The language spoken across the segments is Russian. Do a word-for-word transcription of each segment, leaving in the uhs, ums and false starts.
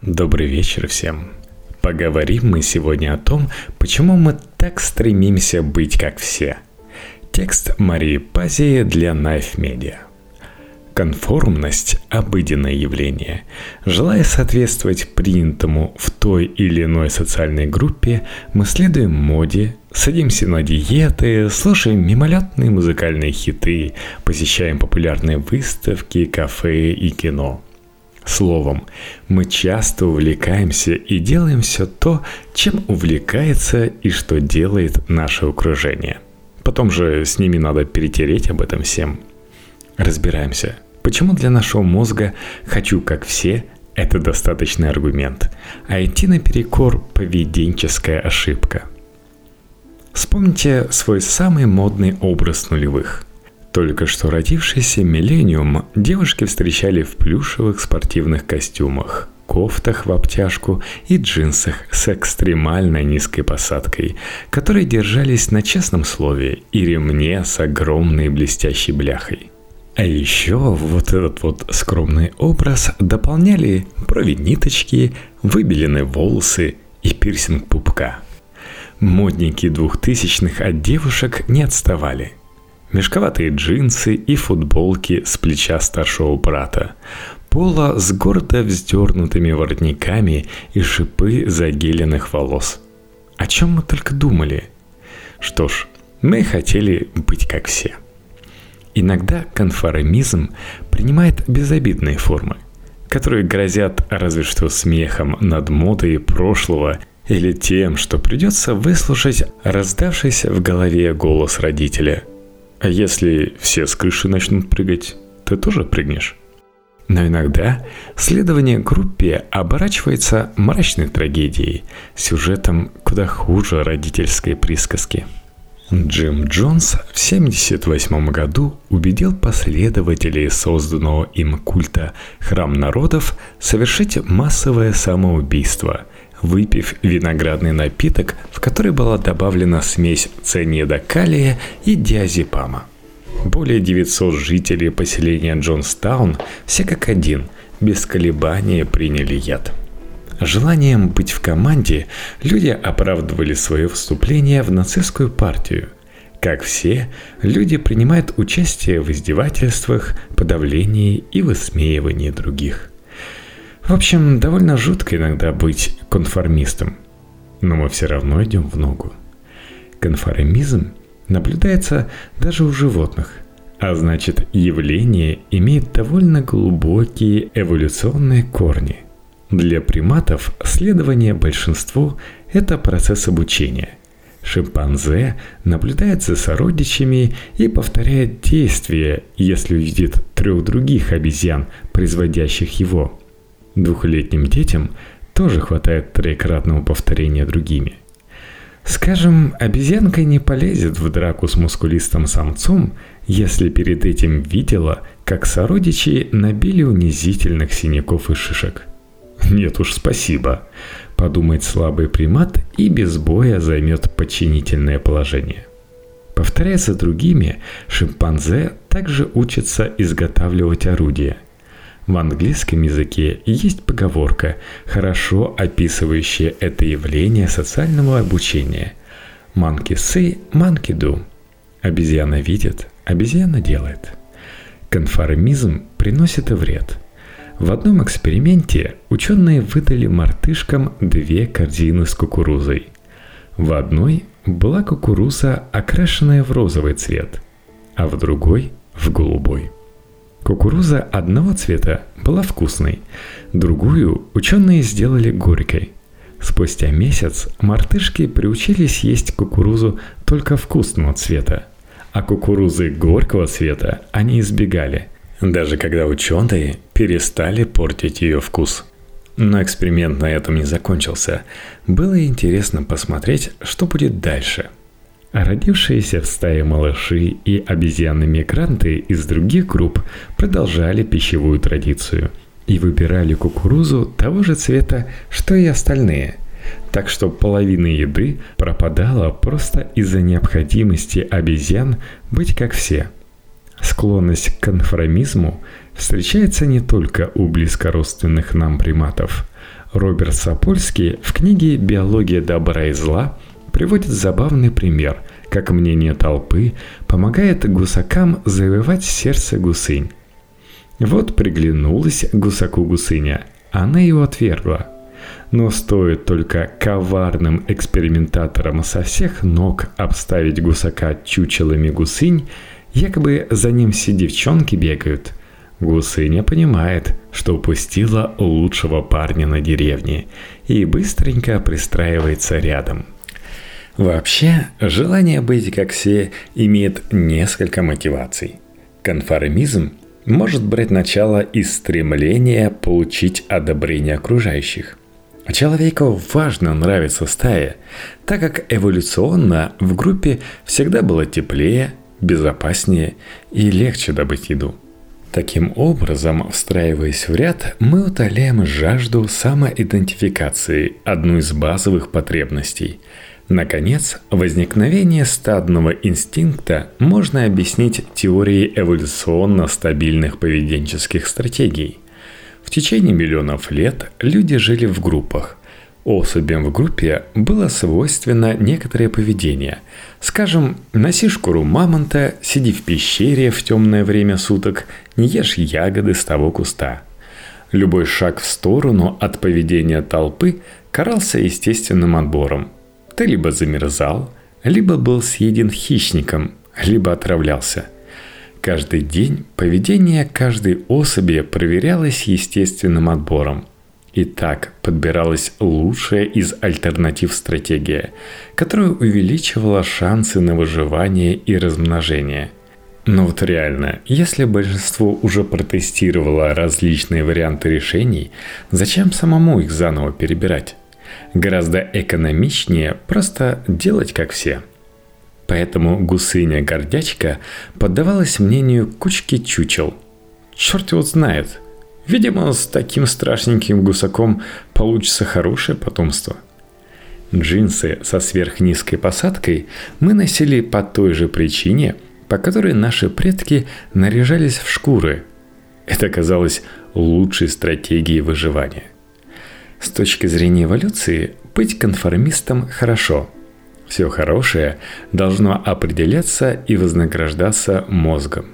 Добрый вечер всем. Поговорим мы сегодня о том, почему мы так стремимся быть как все. Текст Марии Пазии для Knife Media. Конформность – обыденное явление. Желая соответствовать принятому в той или иной социальной группе, мы следуем моде, садимся на диеты, слушаем мимолетные музыкальные хиты, посещаем популярные выставки, кафе и кино. Словом, мы часто увлекаемся и делаем все то, чем увлекается и что делает наше окружение. Потом же с ними надо перетереть об этом всем. Разбираемся, почему для нашего мозга «хочу как все» – это достаточный аргумент, а идти наперекор – поведенческая ошибка. Вспомните свой самый модный образ нулевых. Только что родившийся миллениум девушки встречали в плюшевых спортивных костюмах, кофтах в обтяжку и джинсах с экстремально низкой посадкой, которые держались на честном слове, и ремне с огромной блестящей бляхой. А еще вот этот вот скромный образ дополняли брови ниточки, выбеленные волосы и пирсинг пупка. Модники двухтысячных от девушек не отставали. Мешковатые джинсы и футболки с плеча старшего брата, поло с гордо вздернутыми воротниками и шипы загеленных волос. О чем мы только думали? Что ж, мы хотели быть как все. Иногда конформизм принимает безобидные формы, которые грозят разве что смехом над модой прошлого или тем, что придется выслушать раздавшийся в голове голос родителя. А если все с крыши начнут прыгать, ты тоже прыгнешь. Но иногда следование группе оборачивается мрачной трагедией, сюжетом куда хуже родительской присказки. Джим Джонс в семьдесят восьмом году убедил последователей созданного им культа «Храм народов» совершить массовое самоубийство, выпив виноградный напиток, в который была добавлена смесь цианида калия и диазепама. Более девятисот жителей поселения Джонстаун, все как один, без колебания приняли яд. Желанием быть в команде люди оправдывали свое вступление в нацистскую партию. Как все, люди принимают участие в издевательствах, подавлении и высмеивании других. В общем, довольно жутко иногда быть конформистом, но мы все равно идем в ногу. Конформизм наблюдается даже у животных, а значит, явление имеет довольно глубокие эволюционные корни. Для приматов следование большинству – это процесс обучения. Шимпанзе наблюдает за сородичами и повторяет действия, если увидит трех других обезьян, производящих его. Двухлетним детям тоже хватает троекратного повторения другими. Скажем, обезьянка не полезет в драку с мускулистым самцом, если перед этим видела, как сородичи набили унизительных синяков и шишек. Нет уж, спасибо, подумает слабый примат и без боя займет подчинительное положение. Повторяя за другими, шимпанзе также учатся изготавливать орудия. В английском языке есть поговорка, хорошо описывающая это явление социального обучения. Monkey see, monkey do. Обезьяна видит, обезьяна делает. Конформизм приносит и вред. В одном эксперименте ученые выдали мартышкам две корзины с кукурузой. В одной была кукуруза, окрашенная в розовый цвет, а в другой – в голубой. Кукуруза одного цвета была вкусной, другую ученые сделали горькой. Спустя месяц мартышки приучились есть кукурузу только вкусного цвета, а кукурузы горького цвета они избегали, даже когда ученые перестали портить ее вкус. Но эксперимент на этом не закончился. Было интересно посмотреть, что будет дальше. Родившиеся в стае малыши и обезьяны-мигранты из других групп продолжали пищевую традицию и выбирали кукурузу того же цвета, что и остальные. Так что половина еды пропадала просто из-за необходимости обезьян быть как все. Склонность к конформизму встречается не только у близкородственных нам приматов. Роберт Сапольский в книге «Биология добра и зла» приводит забавный пример, как мнение толпы помогает гусакам завоевать сердце гусынь. Вот приглянулась гусаку гусыня, она его отвергла. Но стоит только коварным экспериментаторам со всех ног обставить гусака чучелами гусынь, якобы за ним все девчонки бегают. Гусыня понимает, что упустила лучшего парня на деревне и быстренько пристраивается рядом. Вообще, желание быть как все имеет несколько мотиваций. Конформизм может брать начало из стремления получить одобрение окружающих. Человеку важно нравиться стае, так как эволюционно в группе всегда было теплее, безопаснее и легче добыть еду. Таким образом, встраиваясь в ряд, мы утоляем жажду самоидентификации, одну из базовых потребностей. Наконец, возникновение стадного инстинкта можно объяснить теорией эволюционно стабильных поведенческих стратегий. В течение миллионов лет люди жили в группах. Особям в группе было свойственно некоторое поведение. Скажем, носи шкуру мамонта, сиди в пещере в темное время суток, не ешь ягоды с того куста. Любой шаг в сторону от поведения толпы карался естественным отбором. Ты либо замерзал, либо был съеден хищником, либо отравлялся. Каждый день поведение каждой особи проверялось естественным отбором. И так подбиралась лучшая из альтернатив стратегия, которая увеличивала шансы на выживание и размножение. Но вот реально, если большинство уже протестировало различные варианты решений, зачем самому их заново перебирать? Гораздо экономичнее просто делать как все. Поэтому гусыня-гордячка поддавалась мнению кучки чучел. Черт его знает. Видимо, с таким страшненьким гусаком получится хорошее потомство. Джинсы со сверхнизкой посадкой мы носили по той же причине, по которой наши предки наряжались в шкуры. Это казалось лучшей стратегией выживания. С точки зрения эволюции, быть конформистом хорошо. Все хорошее должно определяться и вознаграждаться мозгом.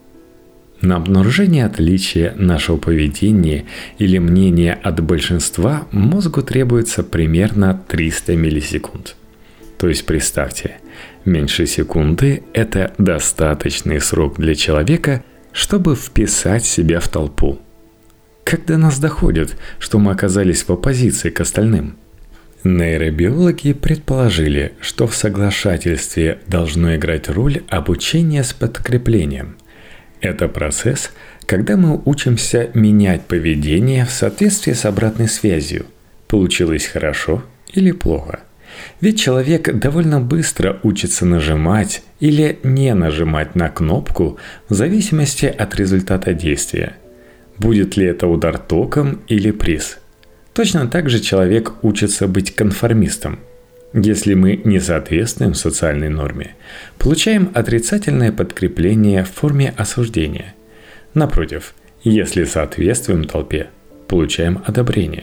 На обнаружение отличия нашего поведения или мнения от большинства мозгу требуется примерно триста миллисекунд. То есть представьте, меньше секунды – это достаточный срок для человека, чтобы вписать себя в толпу. Как до нас доходит, что мы оказались в оппозиции к остальным? Нейробиологи предположили, что в соглашательстве должно играть роль обучение с подкреплением. Это процесс, когда мы учимся менять поведение в соответствии с обратной связью. Получилось хорошо или плохо? Ведь человек довольно быстро учится нажимать или не нажимать на кнопку в зависимости от результата действия. Будет ли это удар током или приз? Точно так же человек учится быть конформистом. Если мы не соответствуем социальной норме, получаем отрицательное подкрепление в форме осуждения. Напротив, если соответствуем толпе, получаем одобрение.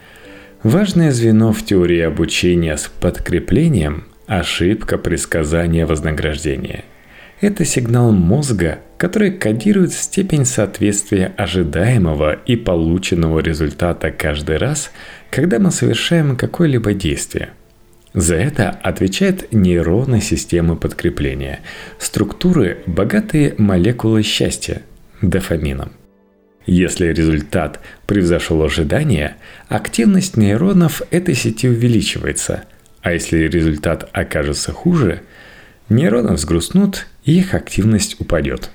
Важное звено в теории обучения с подкреплением – ошибка предсказания вознаграждения. Это сигнал мозга, который кодирует степень соответствия ожидаемого и полученного результата каждый раз, когда мы совершаем какое-либо действие. За это отвечают нейронные системы подкрепления, структуры, богатые молекулой счастья – дофамином. Если результат превзошел ожидания, активность нейронов этой сети увеличивается, а если результат окажется хуже, нейроны взгрустнут и их активность упадет.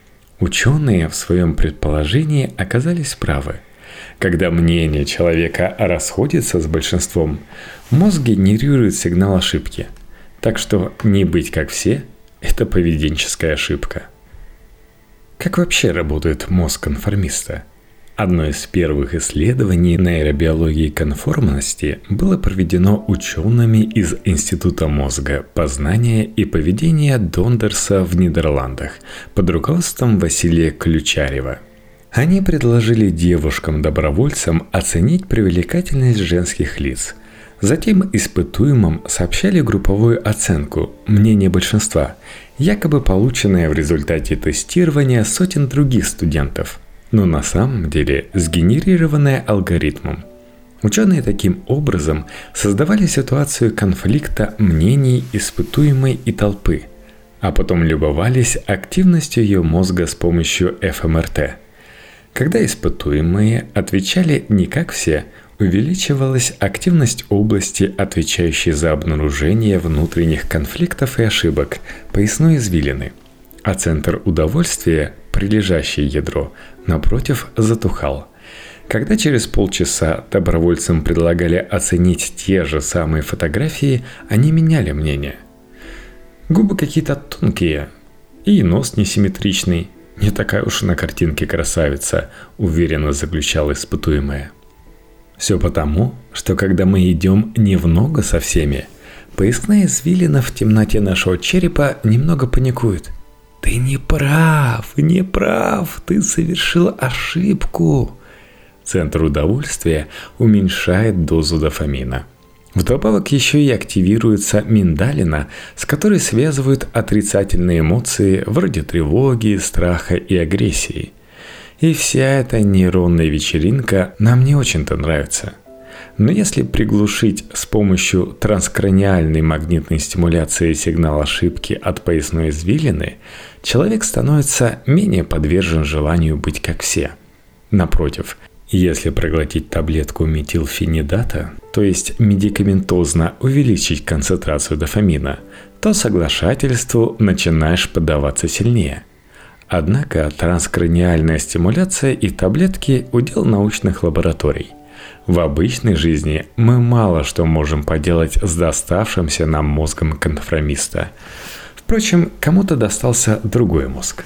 Ученые в своем предположении оказались правы. Когда мнение человека расходится с большинством, мозг генерирует сигнал ошибки. Так что не быть как все – это поведенческая ошибка. Как вообще работает мозг конформиста? Одно из первых исследований нейробиологии конформности было проведено учеными из Института мозга, познания и поведения Дондерса в Нидерландах под руководством Василия Ключарева. Они предложили девушкам-добровольцам оценить привлекательность женских лиц. Затем испытуемым сообщали групповую оценку, мнение большинства, якобы полученное в результате тестирования сотен других студентов, но на самом деле сгенерированное алгоритмом. Ученые таким образом создавали ситуацию конфликта мнений испытуемой и толпы, а потом любовались активностью ее мозга с помощью эф эм эр тэ. Когда испытуемые отвечали не как все, увеличивалась активность области, отвечающей за обнаружение внутренних конфликтов и ошибок, поясной извилины, а центр удовольствия, прилежащее ядро, напротив, затухал. Когда через полчаса добровольцам предлагали оценить те же самые фотографии, они меняли мнение. Губы какие-то тонкие, и нос несимметричный. Не такая уж на картинке красавица, уверенно заключала испытуемая. Все потому, что когда мы идем не в ногу со всеми, поясная извилина в темноте нашего черепа немного паникует. Ты не прав, не прав, ты совершил ошибку. Центр удовольствия уменьшает дозу дофамина. Вдобавок еще и активируется миндалина, с которой связывают отрицательные эмоции вроде тревоги, страха и агрессии. И вся эта нейронная вечеринка нам не очень-то нравится. Но если приглушить с помощью транскраниальной магнитной стимуляции сигнал ошибки от поясной извилины, человек становится менее подвержен желанию быть как все. Напротив, если проглотить таблетку метилфенидата, то есть медикаментозно увеличить концентрацию дофамина, то соглашательству начинаешь поддаваться сильнее. Однако транскраниальная стимуляция и таблетки – удел научных лабораторий. В обычной жизни мы мало что можем поделать с доставшимся нам мозгом конформиста. Впрочем, кому-то достался другой мозг.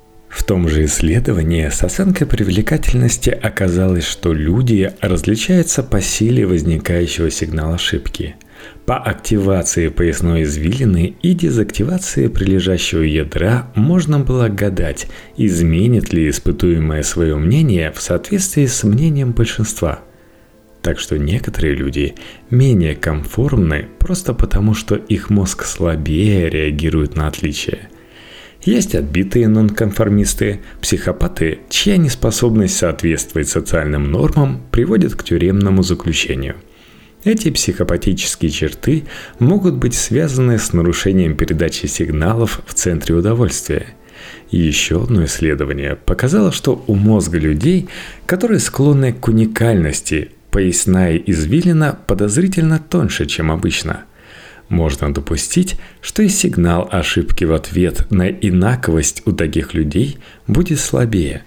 В том же исследовании с оценкой привлекательности оказалось, что люди различаются по силе возникающего сигнала ошибки, по активации поясной извилины и дезактивации прилежащего ядра можно было гадать, изменит ли испытуемое свое мнение в соответствии с мнением большинства. Так что некоторые люди менее комфортны просто потому, что их мозг слабее реагирует на отличия. Есть отбитые нонконформисты, психопаты, чья неспособность соответствовать социальным нормам приводит к тюремному заключению. Эти психопатические черты могут быть связаны с нарушением передачи сигналов в центре удовольствия. И еще одно исследование показало, что у мозга людей, которые склонны к уникальности, поясная извилина подозрительно тоньше, чем обычно. Можно допустить, что и сигнал ошибки в ответ на инаковость у таких людей будет слабее.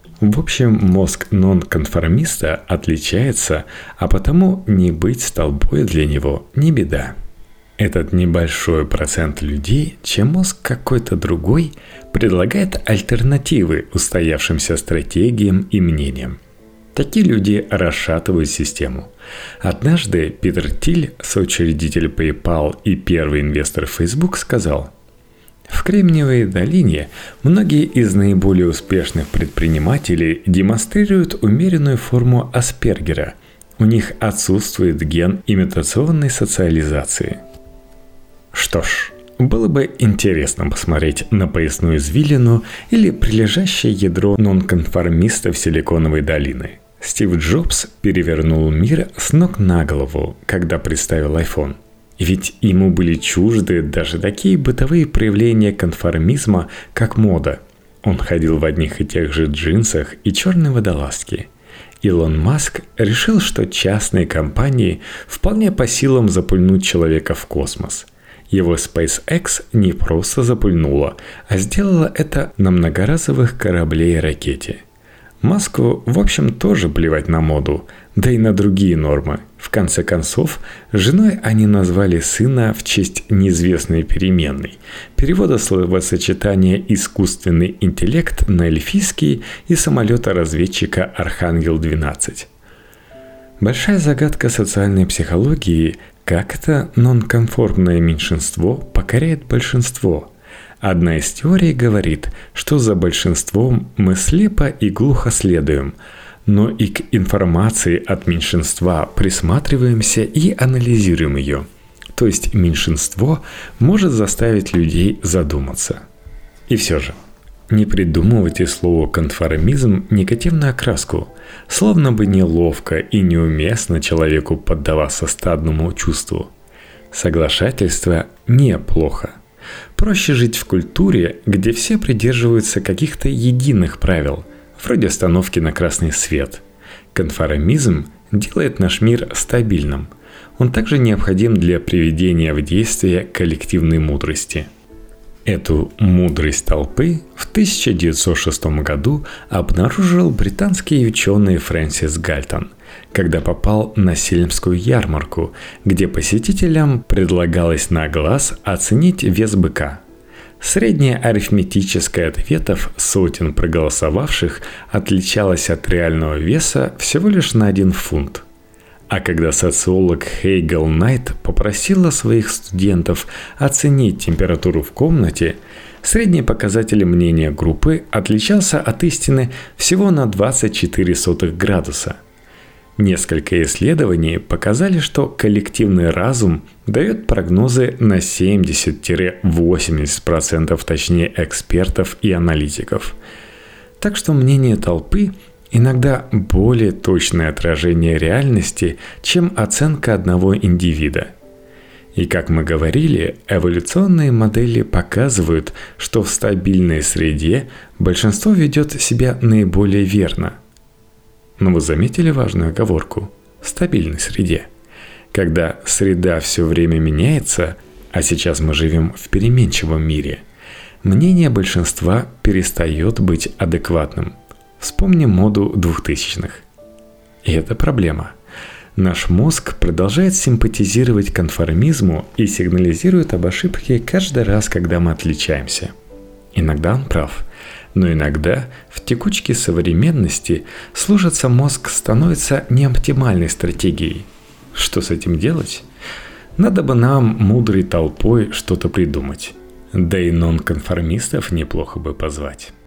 В общем, мозг нонконформиста отличается, а потому не быть столбой для него не беда. Этот небольшой процент людей, чем мозг какой-то другой, предлагает альтернативы устоявшимся стратегиям и мнениям. Такие люди расшатывают систему. Однажды Питер Тиль, соучредитель PayPal и первый инвестор Facebook, сказал: «В Кремниевой долине многие из наиболее успешных предпринимателей демонстрируют умеренную форму Аспергера. У них отсутствует ген имитационной социализации». Что ж, было бы интересно посмотреть на поясную извилину или прилежащее ядро нонконформистов Силиконовой долины. Стив Джобс перевернул мир с ног на голову, когда представил iPhone. Ведь ему были чужды даже такие бытовые проявления конформизма, как мода. Он ходил в одних и тех же джинсах и черной водолазке. Илон Маск решил, что частные компании вполне по силам запульнуть человека в космос. Его SpaceX не просто запульнула, а сделала это на многоразовых корабле и ракете. Маску, в общем, тоже плевать на моду, да и на другие нормы. В конце концов, женой они назвали сына в честь неизвестной переменной, перевода словосочетания «искусственный интеллект» на эльфийский и самолета-разведчика Архангел двенадцать. Большая загадка социальной психологии – как это нонконформное меньшинство покоряет большинство. Одна из теорий говорит, что за большинством мы слепо и глухо следуем, но и к информации от меньшинства присматриваемся и анализируем ее. То есть меньшинство может заставить людей задуматься. И все же, не придумывайте слову «конформизм» негативную окраску, словно бы неловко и неуместно человеку поддаваться стадному чувству. Соглашательство неплохо. Проще жить в культуре, где все придерживаются каких-то единых правил, вроде остановки на красный свет. Конформизм делает наш мир стабильным. Он также необходим для приведения в действие коллективной мудрости. Эту мудрость толпы в тысяча девятьсот шестом году обнаружил британский ученый Фрэнсис Гальтон, когда попал на Сельмскую ярмарку, где посетителям предлагалось на глаз оценить вес быка. Средняя арифметическая ответов сотен проголосовавших отличалась от реального веса всего лишь на один фунт. А когда социолог Хейгел Найт попросила своих студентов оценить температуру в комнате, средний показатель мнения группы отличался от истины всего на двадцать четыре сотых градуса. Несколько исследований показали, что коллективный разум дает прогнозы на семьдесят-восемьдесят процентов точнее экспертов и аналитиков. Так что мнение толпы иногда более точное отражение реальности, чем оценка одного индивида. И как мы говорили, эволюционные модели показывают, что в стабильной среде большинство ведет себя наиболее верно. Но вы заметили важную оговорку – в стабильной среде. Когда среда все время меняется, а сейчас мы живем в переменчивом мире, мнение большинства перестает быть адекватным. Вспомним моду двухтысячных. И это проблема. Наш мозг продолжает симпатизировать конформизму и сигнализирует об ошибке каждый раз, когда мы отличаемся. Иногда он прав, но иногда в текучке современности слушаться мозг становится неоптимальной стратегией. Что с этим делать? Надо бы нам, мудрой толпой, что-то придумать. Да и нонконформистов неплохо бы позвать.